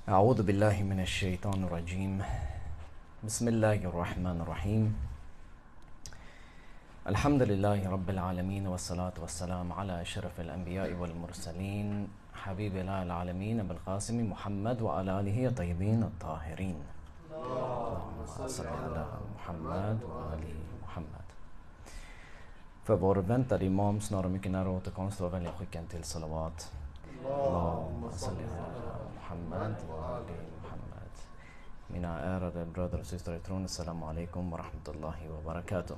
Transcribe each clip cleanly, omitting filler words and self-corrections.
أعوذ بالله من الشيطان الرجيم. بسم الله الرحمن الرحيم. الحمد لله رب العالمين والصلاة والسلام على أشرف الأنبياء والمرسلين حبيب الله العالمين أبي القاسم محمد وعلى آله الطيبين الطاهرين. اللهم صل على محمد وآل Muhammad. För vår väntade imam snarare mycket nära återkomst och välja skicka till salawat. Allahumma salli ala Muhammad wa ali Muhammad. Mina ärade bröder och systrar i tron, assalamu alaikum wa rahmatullahi wa barakatuh.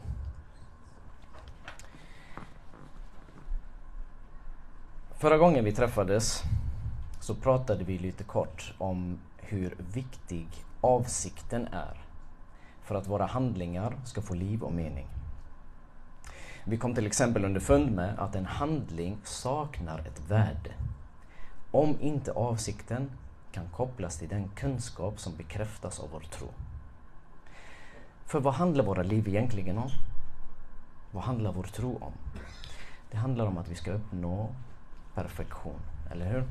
Förra gången vi träffades så pratade vi lite kort om hur viktig avsikten är för att våra handlingar ska få liv och mening. Vi kom till exempel underfund med att en handling saknar ett värde om inte avsikten kan kopplas till den kunskap som bekräftas av vår tro. För vad handlar våra liv egentligen om? Vad handlar vår tro om? Det handlar om att vi ska uppnå perfektion, eller hur?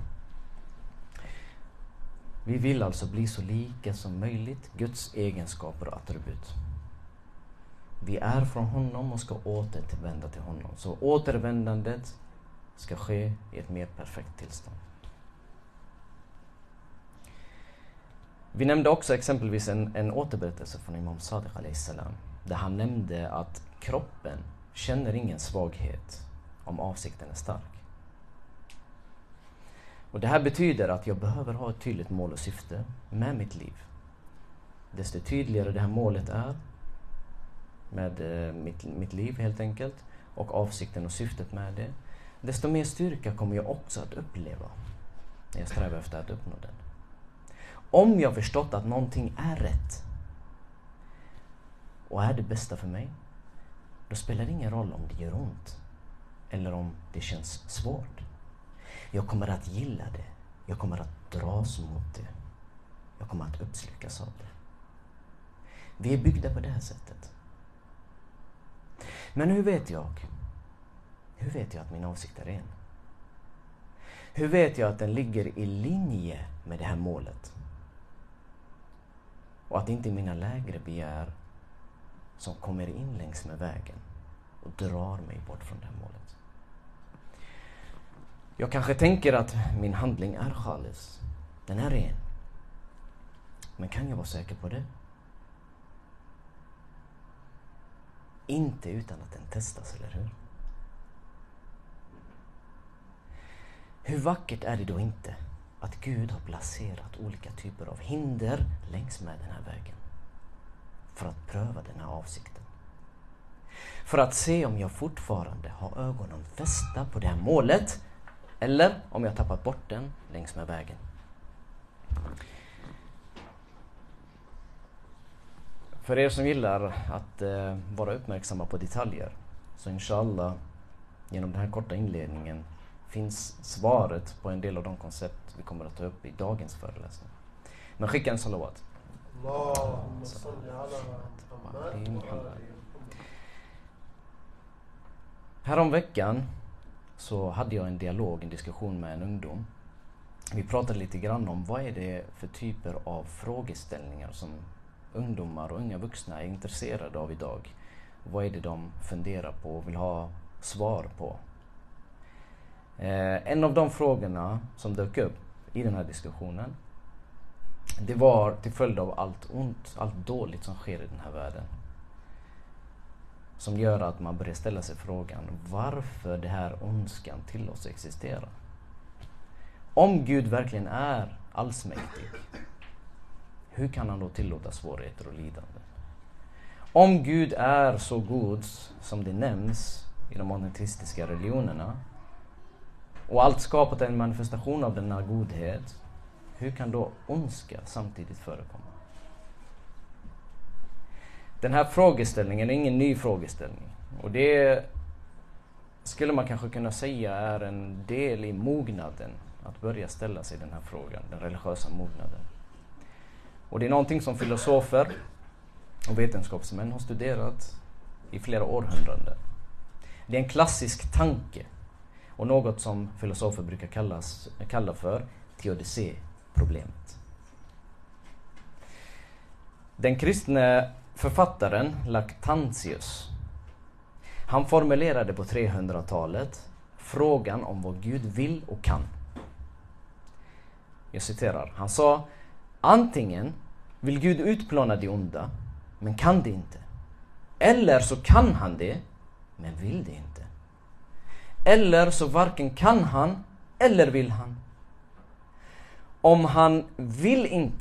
Vi vill alltså bli så lika som möjligt Guds egenskaper och attribut. Vi är från honom och ska återvända till honom. Så återvändandet ska ske i ett mer perfekt tillstånd. Vi nämnde också exempelvis en återberättelse från Imam Sadiq a.s. där han nämnde att kroppen känner ingen svaghet om avsikten är stark. Och det här betyder att jag behöver ha ett tydligt mål och syfte med mitt liv. Desto tydligare det här målet är med mitt liv helt enkelt och avsikten och syftet med det, desto mer styrka kommer jag också att uppleva när jag strävar efter att uppnå den. Om jag förstått att någonting är rätt och är det bästa för mig, då spelar det ingen roll om det gör ont eller om det känns svårt. Jag kommer att gilla det. Jag kommer att dras mot det. Jag kommer att uppslukas av det. Vi är byggda på det här sättet. Men hur vet jag? Hur vet jag att min avsikt är ren? Hur vet jag att den ligger i linje med det här målet? Och att det inte är mina lägre begär som kommer in längs med vägen och drar mig bort från det här målet. Jag kanske tänker att min handling är khalis. Den är ren. Men kan jag vara säker på det? Inte utan att den testas, eller hur? Hur vackert är det då inte att Gud har placerat olika typer av hinder längs med den här vägen för att pröva den här avsikten. För att se om jag fortfarande har ögonen fästa på det här målet eller om jag tappat bort den längs med vägen. För er som gillar att vara uppmärksamma på detaljer, så inshallah genom den här korta inledningen finns svaret på en del av de koncept vi kommer att ta upp i dagens föreläsning. Men skicka en salawat. Allahumma salli ala Muhammad. Härom veckan så hade jag en diskussion med en ungdom. Vi pratade lite grann om vad är det för typer av frågeställningar som ungdomar och unga vuxna är intresserade av idag. Vad är det de funderar på och vill ha svar på? En av de frågorna som dök upp i den här diskussionen, det var till följd av allt ont, allt dåligt som sker i den här världen. Som gör att man börjar ställa sig frågan varför det här ondskan tillåts existera. Om Gud verkligen är allsmäktig, hur kan han då tillåta svårigheter och lidande? Om Gud är så god som det nämns i de monoteistiska religionerna och allt skapat är en manifestation av denna godhet, hur kan då ondska samtidigt förekomma? Den här frågeställningen är ingen ny frågeställning. Och det skulle man kanske kunna säga är en del i mognaden att börja ställa sig den här frågan, den religiösa mognaden. Och det är någonting som filosofer och vetenskapsmän har studerat i flera århundraden. Det är en klassisk tanke och något som filosofer brukar kalla för teodicéproblemet. Den kristne författaren Lactantius, han formulerade på 300-talet frågan om vad Gud vill och kan. Jag citerar. Han sa: antingen vill Gud utplåna det onda, men kan det inte. Eller så kan han det, men vill det inte. Eller så varken kan han eller vill han. Om han vill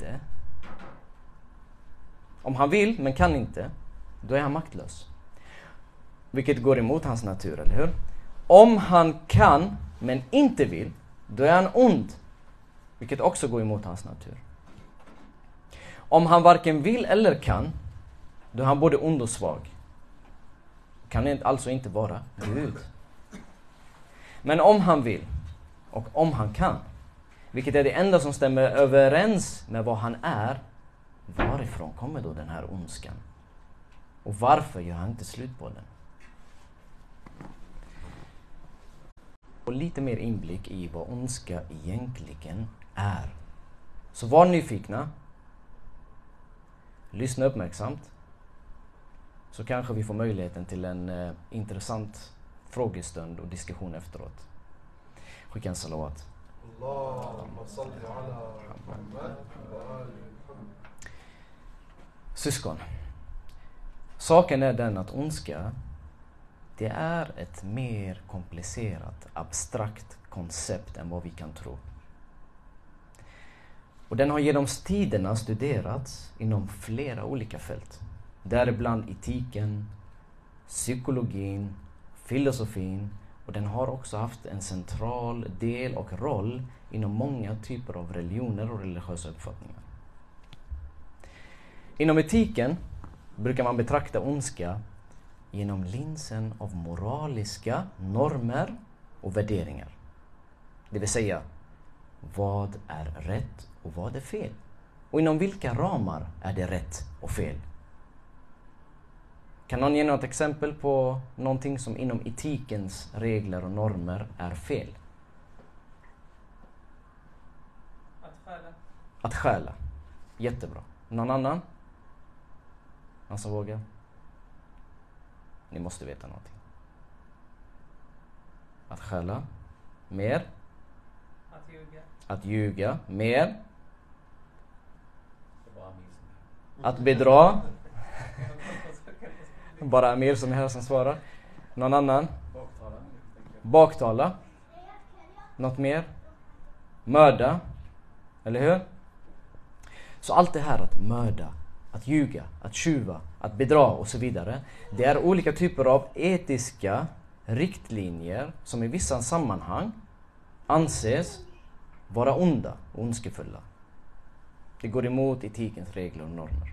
men kan inte, då är han maktlös. Vilket går emot hans natur, eller hur? Om han kan men inte vill, då är han ond. Vilket också går emot hans natur. Om han varken vill eller kan, då är han både ond och svag. Kan alltså inte vara Gud. Men om han vill och om han kan, vilket är det enda som stämmer överens med vad han är, varifrån kommer då den här ondskan? Och varför gör han inte slut på den? Och lite mer inblick i vad ondska egentligen är. Så var nyfikna. Lyssna uppmärksamt. Så kanske vi får möjligheten till en intressant frågestund och diskussion efteråt. Skicka en salawat. Syskon. Saken är den att ondska, det är ett mer komplicerat, abstrakt koncept än vad vi kan tro. Och den har genom tiderna studerats inom flera olika fält. Däribland etiken, psykologin, filosofin, och den har också haft en central del och roll inom många typer av religioner och religiösa uppfattningar. Inom etiken brukar man betrakta ondska genom linsen av moraliska normer och värderingar. Det vill säga, vad är rätt och vad är fel? Och inom vilka ramar är det rätt och fel? Kan någon ge något exempel på någonting som inom etikens regler och normer är fel? Att stjäla. Jättebra. Någon annan? Någon som vågar? Ni måste veta någonting. Att stjäla. Mer? Att ljuga. Mer? Att bedra. Bara Amir som är här som svarar. Någon annan? Baktala. Något mer? Mörda. Eller hur? Så allt det här att mörda, att ljuga, att tjuva, att bedra och så vidare. Det är olika typer av etiska riktlinjer som i vissa sammanhang anses vara onda och ondskefulla. Det går emot etikens regler och normer.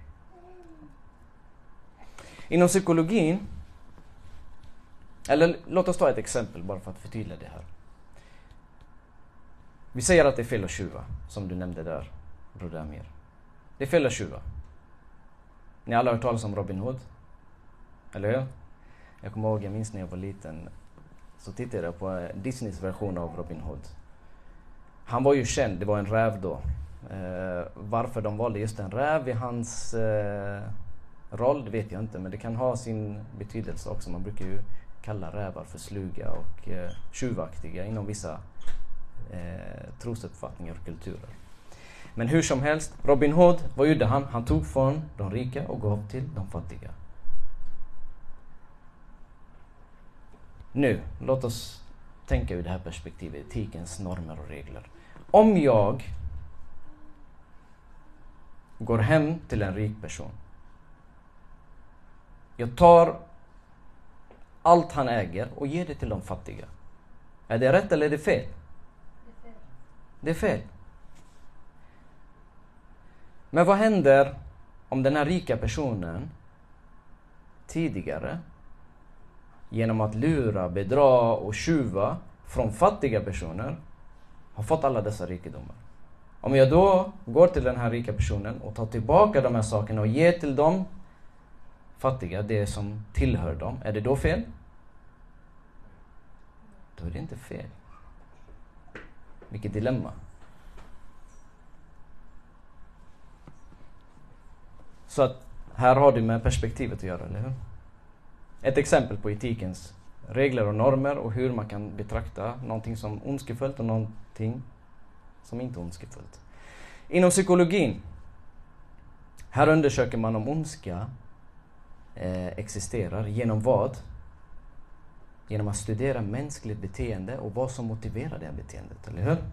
Inom psykologin, eller låt oss ta ett exempel bara för att förtydliga det här. Vi säger att det är fel att tjuva, som du nämnde där, broder Amir. Det är fel att tjuva. Ni alla har hört talas om Robin Hood? Eller hur? Jag kommer ihåg, jag minns när jag var liten, så tittade jag på Disneys version av Robin Hood. Han var ju känd, det var en räv då. Varför de valde just en räv i hans roll, det vet jag inte, men det kan ha sin betydelse också. Man brukar ju kalla rävar för sluga och tjuvaktiga inom vissa trosuppfattningar och kulturer. Men hur som helst, Robin Hood, vad gjorde han? Han tog från de rika och gav till de fattiga. Nu, låt oss tänka ur det här perspektivet, etikens normer och regler. Om jag går hem till en rik person, jag tar allt han äger och ger det till de fattiga. Är det rätt eller är det fel? Det är fel. Men vad händer om den här rika personen tidigare genom att lura, bedra och tjuva från fattiga personer har fått alla dessa rikedomar? Om jag då går till den här rika personen och tar tillbaka de här sakerna och ger till dem fattiga det som tillhör dem, är det då fel? Då är det inte fel. Vilket dilemma. Så att här har du med perspektivet att göra, eller hur? Ett exempel på etikens regler och normer och hur man kan betrakta någonting som ondskefullt och någonting som inte ondskefullt. Inom psykologin, här undersöker man om ondska existerar genom vad? Genom att studera mänskligt beteende och vad som motiverar det här beteendet, eller hur?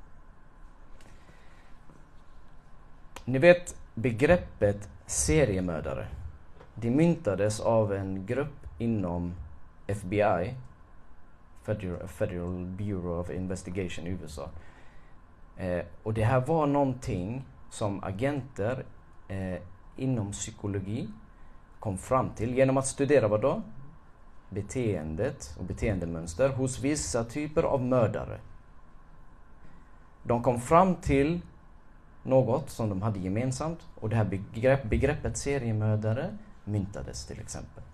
Ni vet begreppet seriemördare. Det myntades av en grupp inom FBI, Federal Bureau of Investigation i USA. Och det här var någonting som agenter inom psykologi kom fram till genom att studera vad då? Beteendet och beteendemönster hos vissa typer av mördare. De kom fram till något som de hade gemensamt och det här begreppet seriemördare myntades till exempel.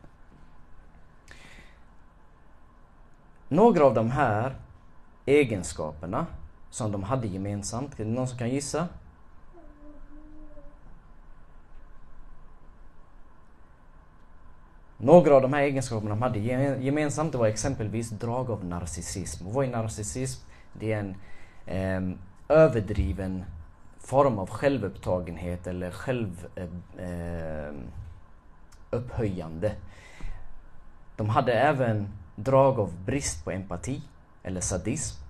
Några av de här egenskaperna som de hade gemensamt, är det någon som kan gissa? Några av de här egenskaperna de hade gemensamt, det var exempelvis drag av narcissism. Och vad är narcissism? Det är en överdriven form av självupptagenhet eller upphöjande. De hade även drag av brist på empati eller sadism.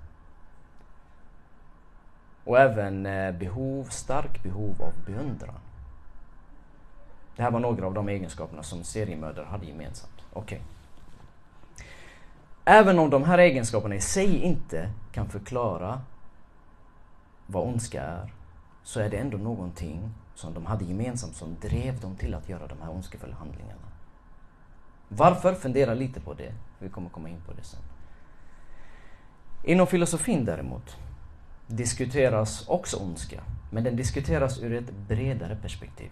Och även stark behov av beundran. Det här var några av de egenskaperna som seriemördare hade gemensamt. Okej. Även om de här egenskaperna i sig inte kan förklara vad ondska är, så är det ändå någonting som de hade gemensamt som drev dem till att göra de här ondskefulla handlingarna. Varför? Fundera lite på det. Vi kommer komma in på det sen. Inom filosofin däremot diskuteras också ondska, men den diskuteras ur ett bredare perspektiv.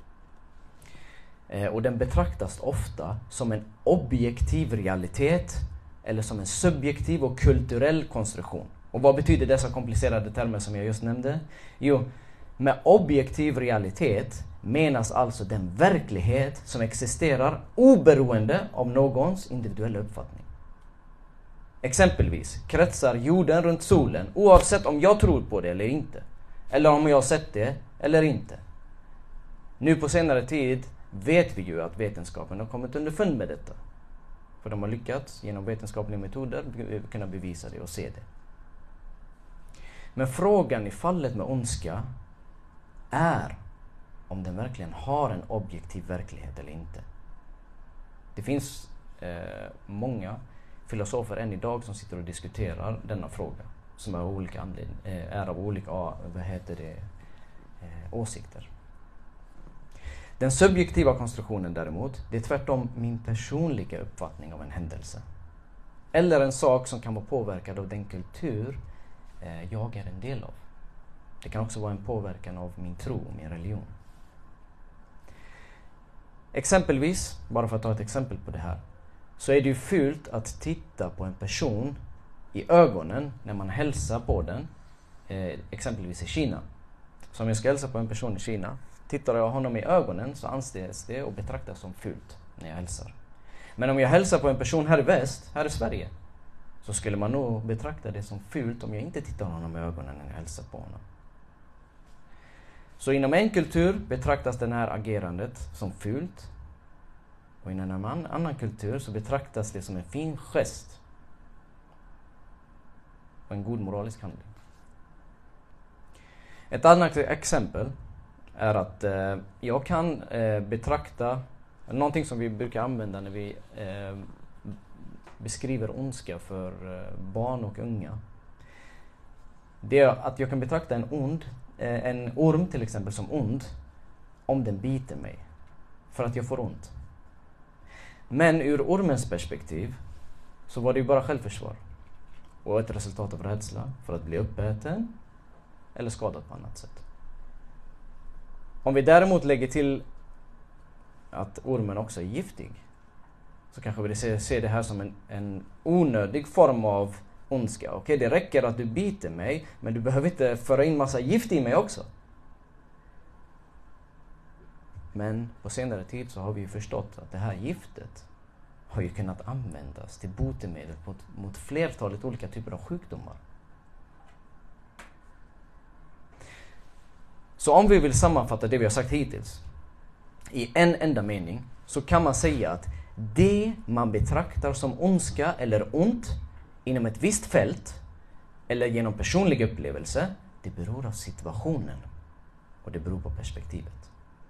Och den betraktas ofta som en objektiv realitet eller som en subjektiv och kulturell konstruktion. Och vad betyder dessa komplicerade termer som jag just nämnde? Jo, med objektiv realitet menas alltså den verklighet som existerar oberoende av någons individuella uppfattning. Exempelvis kretsar jorden runt solen oavsett om jag tror på det eller inte. Eller om jag har sett det eller inte. Nu på senare tid vet vi ju att vetenskapen har kommit underfund med detta. För de har lyckats genom vetenskapliga metoder kunna bevisa det och se det. Men frågan i fallet med ondska är om den verkligen har en objektiv verklighet eller inte. Det finns många filosofer än idag som sitter och diskuterar denna fråga. Som är av olika åsikter. Den subjektiva konstruktionen däremot, det är tvärtom min personliga uppfattning av en händelse. Eller en sak som kan vara påverkad av den kultur jag är en del av. Det kan också vara en påverkan av min tro, min religion. Exempelvis, bara för att ta ett exempel på det här, så är det ju fult att titta på en person i ögonen när man hälsar på den, exempelvis i Kina. Så om jag ska hälsa på en person i Kina, tittar jag honom i ögonen så anses det och betraktas som fult när jag hälsar. Men om jag hälsar på en person här i väst, här i Sverige, så skulle man nog betrakta det som fult om jag inte tittar honom i ögonen när jag hälsar på honom. Så inom en kultur betraktas det här agerandet som fult. Och inom en annan kultur så betraktas det som en fin gest. Och en god moralisk handling. Ett annat exempel är att jag kan betrakta någonting som vi brukar använda när vi beskriver ondska för barn och unga. Det är att jag kan betrakta en orm till exempel som ond om den biter mig för att jag får ont. Men ur ormens perspektiv så var det ju bara självförsvar och ett resultat av rädsla för att bli uppäten eller skadad på annat sätt. Om vi däremot lägger till att ormen också är giftig, så kanske vi ser det här som en onödig form av ondska. Okej, det räcker att du biter mig, men du behöver inte föra in massa gift i mig också. Men på senare tid så har vi ju förstått att det här giftet har ju kunnat användas till botemedel mot flertalet olika typer av sjukdomar. Så om vi vill sammanfatta det vi har sagt hittills i en enda mening, så kan man säga att det man betraktar som ondska eller ont inom ett visst fält eller genom personlig upplevelse, det beror av situationen och det beror på perspektivet.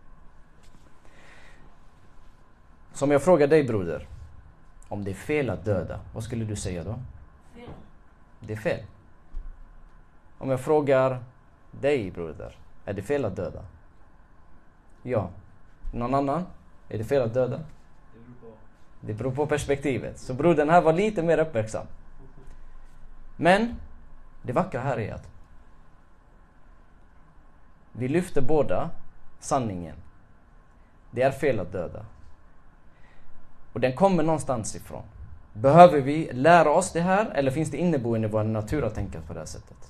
Så om jag frågar dig, broder, om det är fel att döda, vad skulle du säga då? Fel. Det är fel. Om jag frågar dig, broder, är det fel att döda? Ja. Någon annan? Är det fel att döda? Det beror på perspektivet. Så brodern här var lite mer uppmärksam. Men det vackra här är att vi lyfter båda sanningen. Det är fel att döda. Och den kommer någonstans ifrån. Behöver vi lära oss det här, eller finns det inneboende i vår natur att tänka på det här sättet?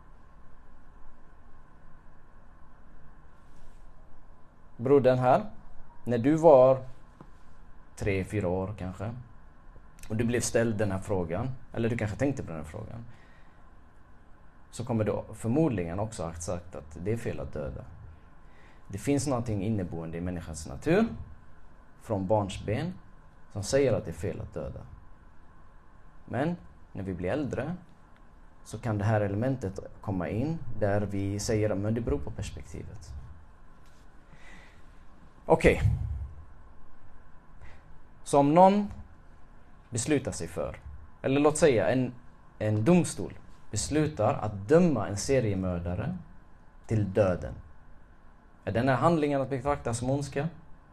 Brodern här, när du var 3-4 år kanske, och du blev ställd den här frågan, eller du kanske tänkte på den här frågan, så kommer du förmodligen också ha sagt att det är fel att döda. Det finns någonting inneboende i människans natur från barns ben som säger att det är fel att döda. Men när vi blir äldre så kan det här elementet komma in där vi säger att det beror på perspektivet. Okej. Så om någon beslutar sig för, eller låt säga en domstol beslutar att döma en seriemördare till döden, är den här handlingen att betrakta som ondska?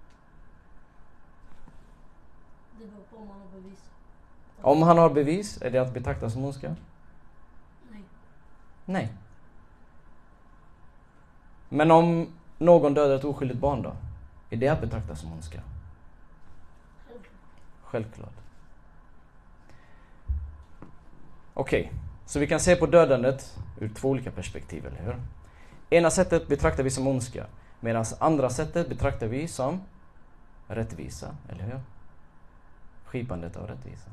Det beror på om han har bevis. Om han har bevis, är det att betrakta som ondska? Nej. Nej. Men om någon dödar ett oskyldigt barn då? Är det att betrakta som ondska? Självklart. Okej, så vi kan se på dödandet ur 2 olika perspektiv, eller hur? Ena sättet betraktar vi som ondska, medan andra sättet betraktar vi som rättvisa, eller hur? Skipandet av rättvisa.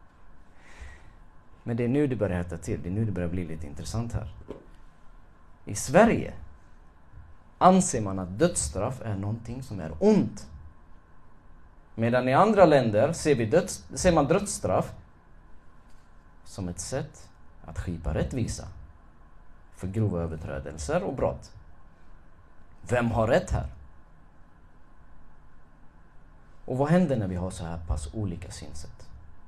Men det är nu det börjar hetta till, det är nu det börjar bli lite intressant här. I Sverige anser man att dödsstraff är någonting som är ont. Medan i andra länder ser man dödsstraff som ett sätt att skipa rättvisa för grova överträdelser och brott. Vem har rätt här? Och vad händer när vi har så här pass olika synsätt?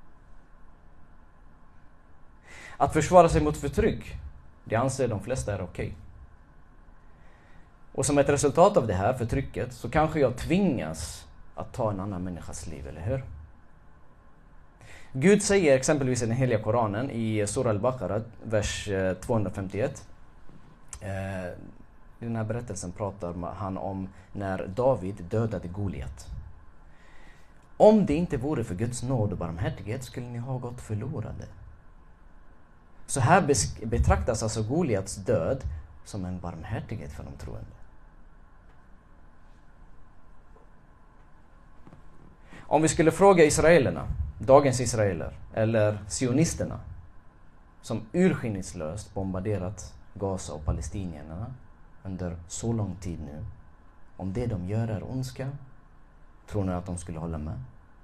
Att försvara sig mot förtryck, det anser de flesta är okej. Och som ett resultat av det här förtrycket så kanske jag tvingas att ta en annan människas liv, eller hur? Gud säger exempelvis i den heliga Koranen i Surah Al-Baqarah, vers 251. I den här berättelsen pratar han om när David dödade Goliat. Om det inte vore för Guds nåd och barmhärtighet skulle ni ha gått förlorade. Så här betraktas alltså Goliats död som en barmhärtighet för de troende. Om vi skulle fråga israelerna, dagens israeler, eller sionisterna, som urskillningslöst bombarderat Gaza och palestinierna under så lång tid nu, om det de gör är ondska, tror ni att de skulle hålla med?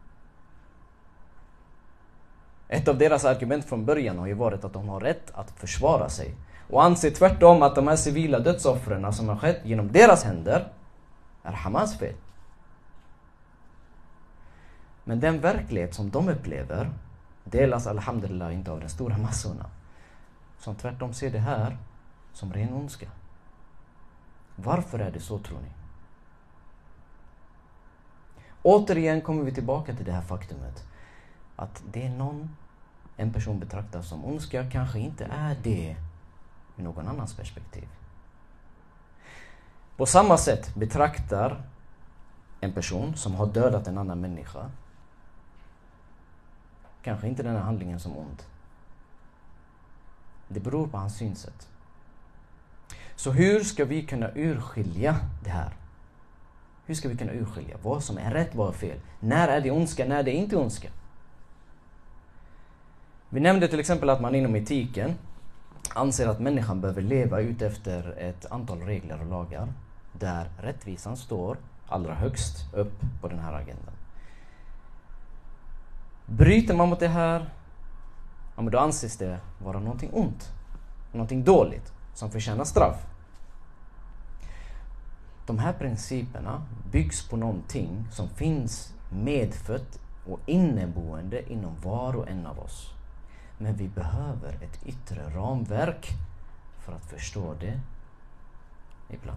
Ett av deras argument från början har ju varit att de har rätt att försvara sig och anser tvärtom att de här civila dödsoffren som har skett genom deras händer är Hamas fel. Men den verklighet som de upplever delas alhamdulillah inte av den stora massorna, som tvärtom ser det här som ren ondska. Varför är det så, tror ni? Återigen kommer vi tillbaka till det här faktumet att det är en person betraktar som ondska kanske inte är det i någon annans perspektiv. På samma sätt betraktar en person som har dödat en annan människa kanske inte den här handlingen som ond. Det beror på hans synsätt. Så hur ska vi kunna urskilja det här? Hur ska vi kunna urskilja vad som är rätt, vad är fel? När är det ondska, när är det inte ondska? Vi nämnde till exempel att man inom etiken anser att människan behöver leva ut efter ett antal regler och lagar där rättvisan står allra högst upp på den här agendan. Bryter man mot det här, ja, men då anses det vara någonting ont, någonting dåligt som förtjänar straff. De här principerna byggs på någonting som finns medfött och inneboende inom var och en av oss. Men vi behöver ett yttre ramverk för att förstå det ibland.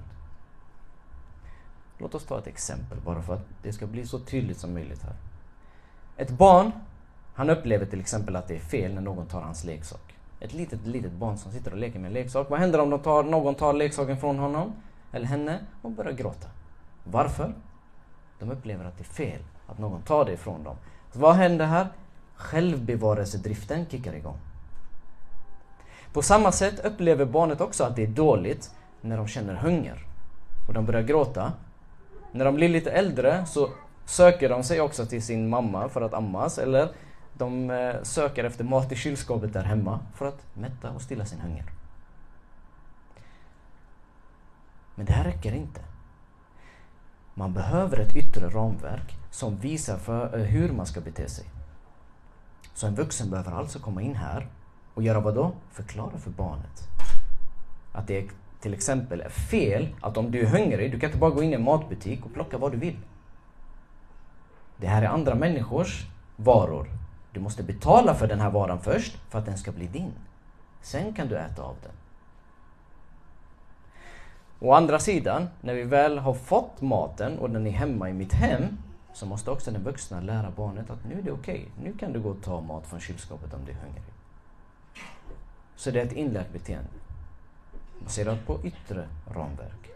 Låt oss ta ett exempel bara för att det ska bli så tydligt som möjligt här. Ett barn, han upplever till exempel att det är fel när någon tar hans leksak. Ett litet barn som sitter och leker med en leksak. Vad händer om någon tar leksaken från honom eller henne och börjar gråta? Varför? De upplever att det är fel att någon tar det ifrån dem. Så vad händer här? Självbevarelsedriften kickar igång. På samma sätt upplever barnet också att det är dåligt när de känner hunger och de börjar gråta. När de blir lite äldre så söker de sig också till sin mamma för att ammas, eller de söker efter mat i kylskåpet där hemma för att mätta och stilla sin hunger. Men det här räcker inte. Man behöver ett yttre ramverk som visar för hur man ska bete sig. Så en vuxen behöver alltså komma in här och göra vad då? Förklara för barnet att det till exempel är fel att om du är hungrig, du kan inte bara gå in i en matbutik och plocka vad du vill. Det här är andra människors varor. Du måste betala för den här varan först för att den ska bli din. Sen kan du äta av den. Å andra sidan, när vi väl har fått maten och den är hemma i mitt hem, så måste också den vuxna lära barnet att nu är det okej. Nu kan du gå och ta mat från kylskåpet om du är hungrig. Så det är ett inlärt beteende. Baserat på yttre ramverk.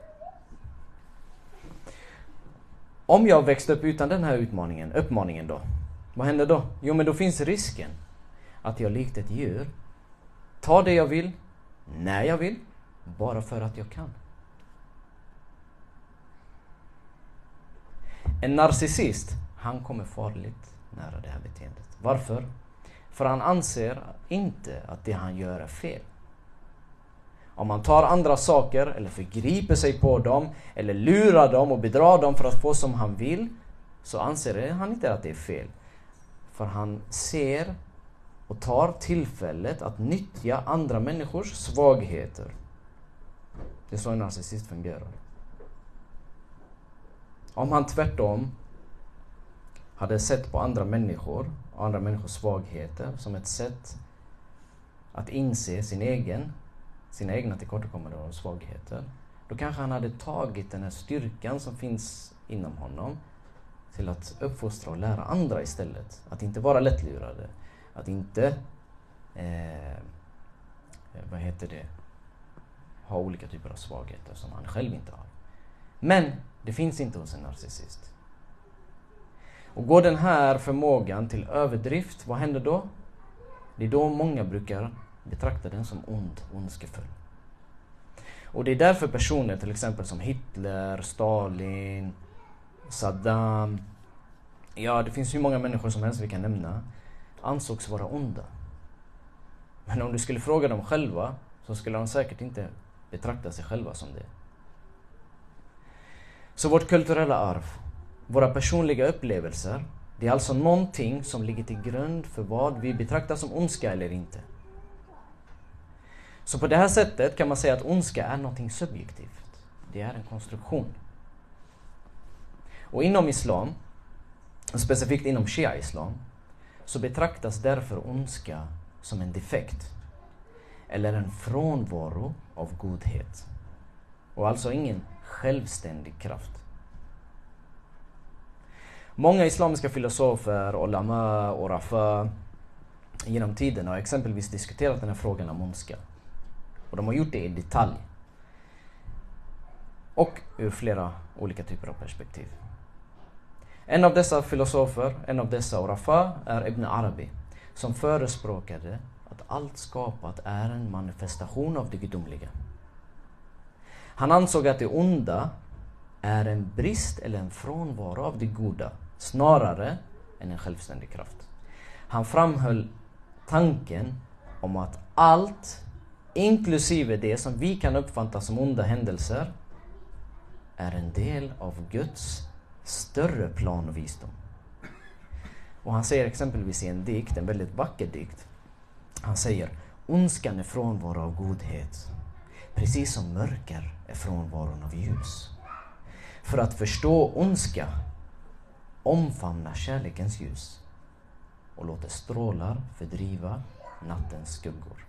Om jag växte upp utan den här uppmaningen då, vad händer då? Jo, men då finns risken att jag likt ett djur tar det jag vill, när jag vill, bara för att jag kan. En narcissist, han kommer farligt nära det här beteendet. Varför? För han anser inte att det han gör är fel. Om man tar andra saker eller förgriper sig på dem eller lurar dem och bedrar dem för att få som han vill, så anser han inte att det är fel. För han ser och tar tillfället att nyttja andra människors svagheter. Det är så en narcissist fungerar. Om han tvärtom hade sett på andra människor och andra människors svagheter som ett sätt att inse sina egna tillkortakommanden och svagheter, då kanske han hade tagit den här styrkan som finns inom honom till att uppfostra och lära andra istället. Att inte vara lättlurade. Att inte ha olika typer av svagheter som han själv inte har. Men det finns inte hos en narcissist. Och går den här förmågan till överdrift, vad händer då? Det är då många brukar betrakta den som ondskefull. Och det är därför personer till exempel som Hitler, Stalin, Saddam, ja, det finns ju många människor som helst vi kan nämna, ansågs vara onda. Men om du skulle fråga dem själva så skulle de säkert inte betrakta sig själva som det. Så vårt kulturella arv, våra personliga upplevelser, det är alltså någonting som ligger till grund för vad vi betraktar som ondska eller inte. Så på det här sättet kan man säga att ondska är någonting subjektivt. Det är en konstruktion. Och inom islam, specifikt inom shia-islam, så betraktas därför ondska som en defekt eller en frånvaro av godhet. Och alltså ingen självständig kraft. Många islamiska filosofer, ulama och rafa genom tiden har exempelvis diskuterat den här frågan om ondska. Och de har gjort det i detalj. Och ur flera olika typer av perspektiv. En av dessa filosofer, en av dessa rafa, är Ibn Arabi, som förespråkade att allt skapat är en manifestation av det gudomliga. Han ansåg att det onda är en brist eller en frånvaro av det goda, snarare än en självständig kraft. Han framhöll tanken om att allt, inklusive det som vi kan uppfatta som onda händelser, är en del av Guds större plan och visdom. Och han säger exempelvis i en dikt, en väldigt vacker dikt, han säger: ondskan är frånvaro av godhet, precis som mörker är frånvaron av ljus. För att förstå ondska, omfamna kärlekens ljus och låter strålar fördriva nattens skuggor.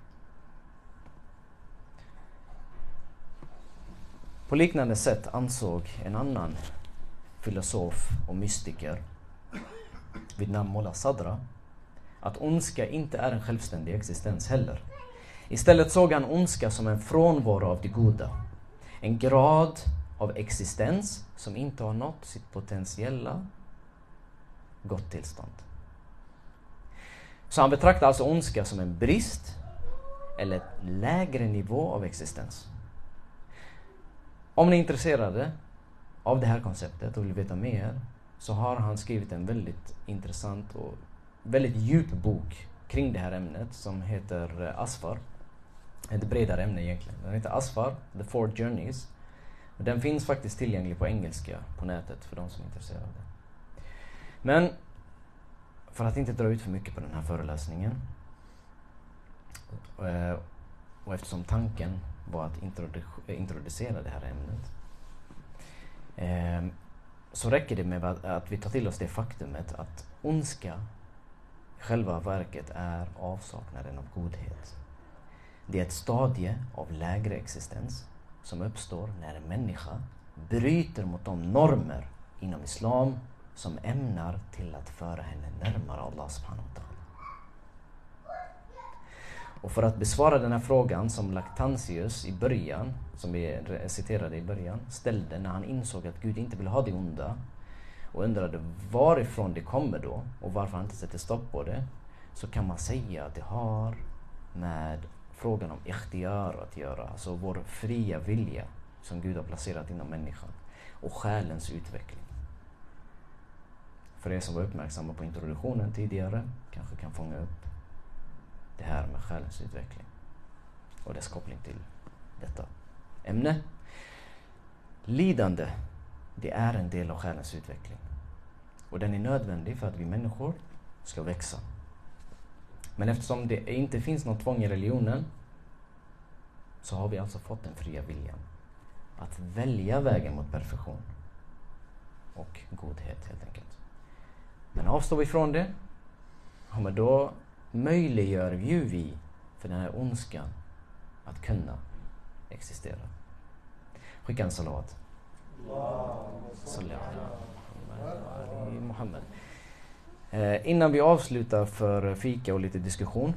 På liknande sätt ansåg en annan filosof och mystiker vid namn Mullah Sadra att ondska inte är en självständig existens heller. Istället såg han ondska som en frånvaro av det goda. En grad av existens som inte har nått sitt potentiella gott tillstånd. Så han betraktar alltså ondska som en brist eller ett lägre nivå av existens. Om ni är intresserade av det här konceptet och vill veta mer, så har han skrivit en väldigt intressant och väldigt djup bok kring det här ämnet som heter Asfar. Ett bredare ämne egentligen. Den heter Asfar, The Four Journeys. Och den finns faktiskt tillgänglig på engelska på nätet för de som är intresserade. Men för att inte dra ut för mycket på den här föreläsningen, och eftersom tanken var att introducera det här ämnet, så räcker det med att vi tar till oss det faktumet att ondska i själva verket är avsaknaden av godhet. Det är ett stadie av lägre existens som uppstår när en människa bryter mot de normer inom islam som ämnar till att föra henne närmare Allah subhanahu wa ta'ala. Och för att besvara den här frågan som Lactantius i början, som vi citerade i början, ställde när han insåg att Gud inte ville ha det onda och undrade varifrån det kommer då och varför han inte sätter stopp på det, så kan man säga att det har med frågan om ikhtiyar att göra, alltså vår fria vilja som Gud har placerat inom människan och själens utveckling. För er som var uppmärksamma på introduktionen tidigare kanske kan fånga upp det här med själens utveckling och dess koppling till detta ämne. Lidande, det är en del av själens utveckling och den är nödvändig för att vi människor ska växa. Men eftersom det inte finns något tvång i religionen, så har vi alltså fått den fria viljan att välja vägen mot perfektion och godhet helt enkelt. Men avstår vi från det, ja, men då möjliggör ju vi för den här ondskan att kunna existera. Skicka en salawat. Muhammad. Innan vi avslutar för fika och lite diskussion,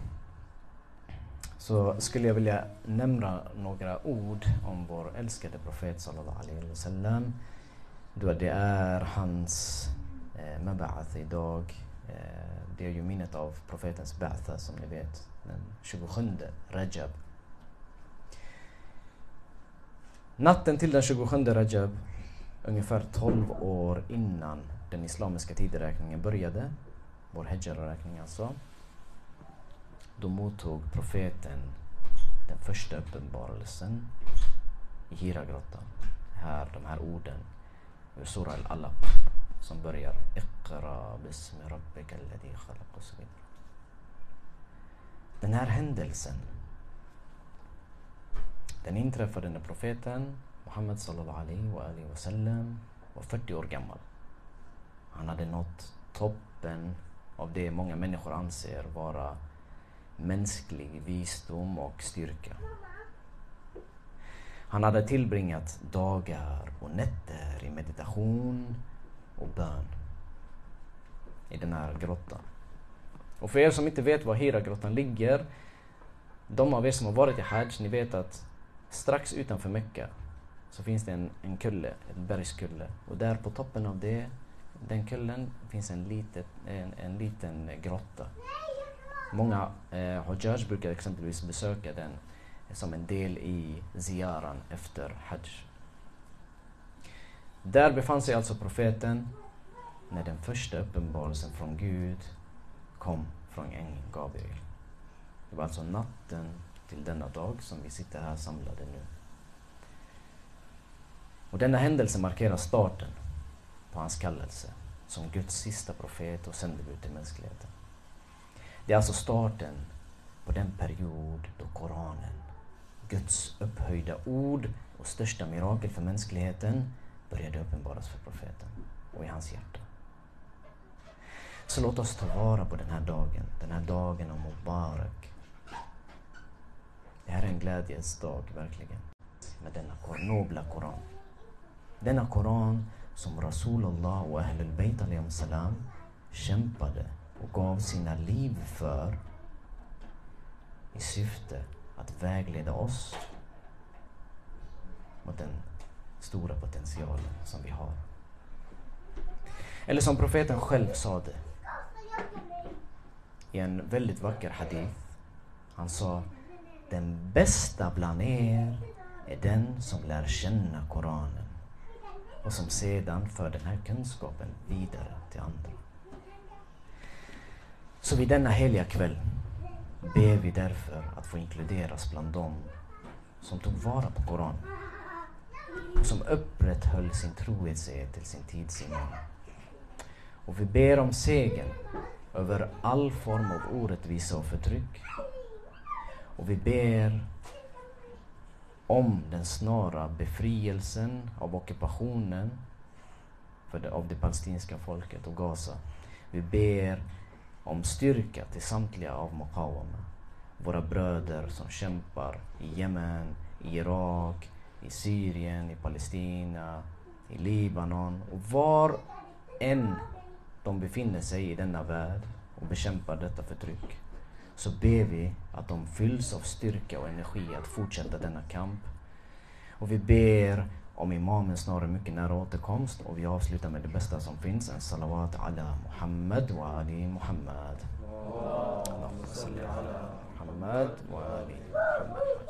så skulle jag vilja nämna några ord om vår älskade profet sallallahu alaihi wasallam. Det är hans mab'ath idag. Det är ju minnet av profetens ba'tha, som ni vet, den 27 Rajab. Natten till den 27 Rajab, ungefär 12 år innan den islamiska tideräkningen började, vår hijra-räkning alltså, då mottog profeten den första uppenbarelsen i Hira-grottan. De här orden ur Surah Al-Alaq som börjar Iqra bismi rabbika alladhi khalaq och så vidare. Den här händelsen, den inträffade när profeten Muhammad sallallahu alaihi wa sallam var 40 år gammal. Han hade nått toppen av det många människor anser vara mänsklig visdom och styrka. Han hade tillbringat dagar och nätter i meditation och bön i den här grottan. Och för er som inte vet var Hira-grottan ligger, de av er som har varit i Hajj, ni vet att strax utanför Mekka så finns det en kulle, en bergskulle. Och där på toppen av den kullen finns en liten grotta. Många hujjaj brukar exempelvis besöka den som en del i ziyaran efter Hajj. Där befann sig alltså profeten när den första uppenbarelsen från Gud kom från ängeln Gabriel. Det var alltså natten till denna dag som vi sitter här samlade nu. Och denna händelse markerar starten på hans kallelse som Guds sista profet och sändebud till mänskligheten. Det är alltså starten på den period då Koranen, Guds upphöjda ord och största mirakel för mänskligheten, började uppenbaras för profeten och i hans hjärta. Så låt oss ta vara på den här dagen om Mubarak. Det här är en glädjens dag verkligen, med denna nobla Koran. Denna Koran som Rasulullah och Ahlul Bayt alayhim salam kämpade och gav sina liv för i syfte att vägleda oss mot den stora potentialen som vi har. Eller som profeten själv sa det i en väldigt vacker hadith. Han sa: den bästa bland er är den som lär känna Koranen och som sedan för den här kunskapen vidare till andra. Så vid denna heliga kväll ber vi därför att få inkluderas bland dem som tog vara på Koranen och som upprätthöll sin trohetsighet till sin tidsimam. Och vi ber om segern över all form av orättvisa och förtryck. Och vi ber om den snara befrielsen av ockupationen av det palestinska folket och Gaza. Vi ber om styrka till samtliga av Muqawama, våra bröder som kämpar i Jemen, i Irak, i Syrien, i Palestina, i Libanon och var än de befinner sig i denna värld och bekämpar detta förtryck. Så ber vi att de fylls av styrka och energi att fortsätta denna kamp. Och vi ber om imamen snarare mycket nära återkomst, och vi avslutar med det bästa som finns, en salawat ala Muhammad wa ali Muhammad. Allahumma salli ala Muhammad wa ali Muhammad.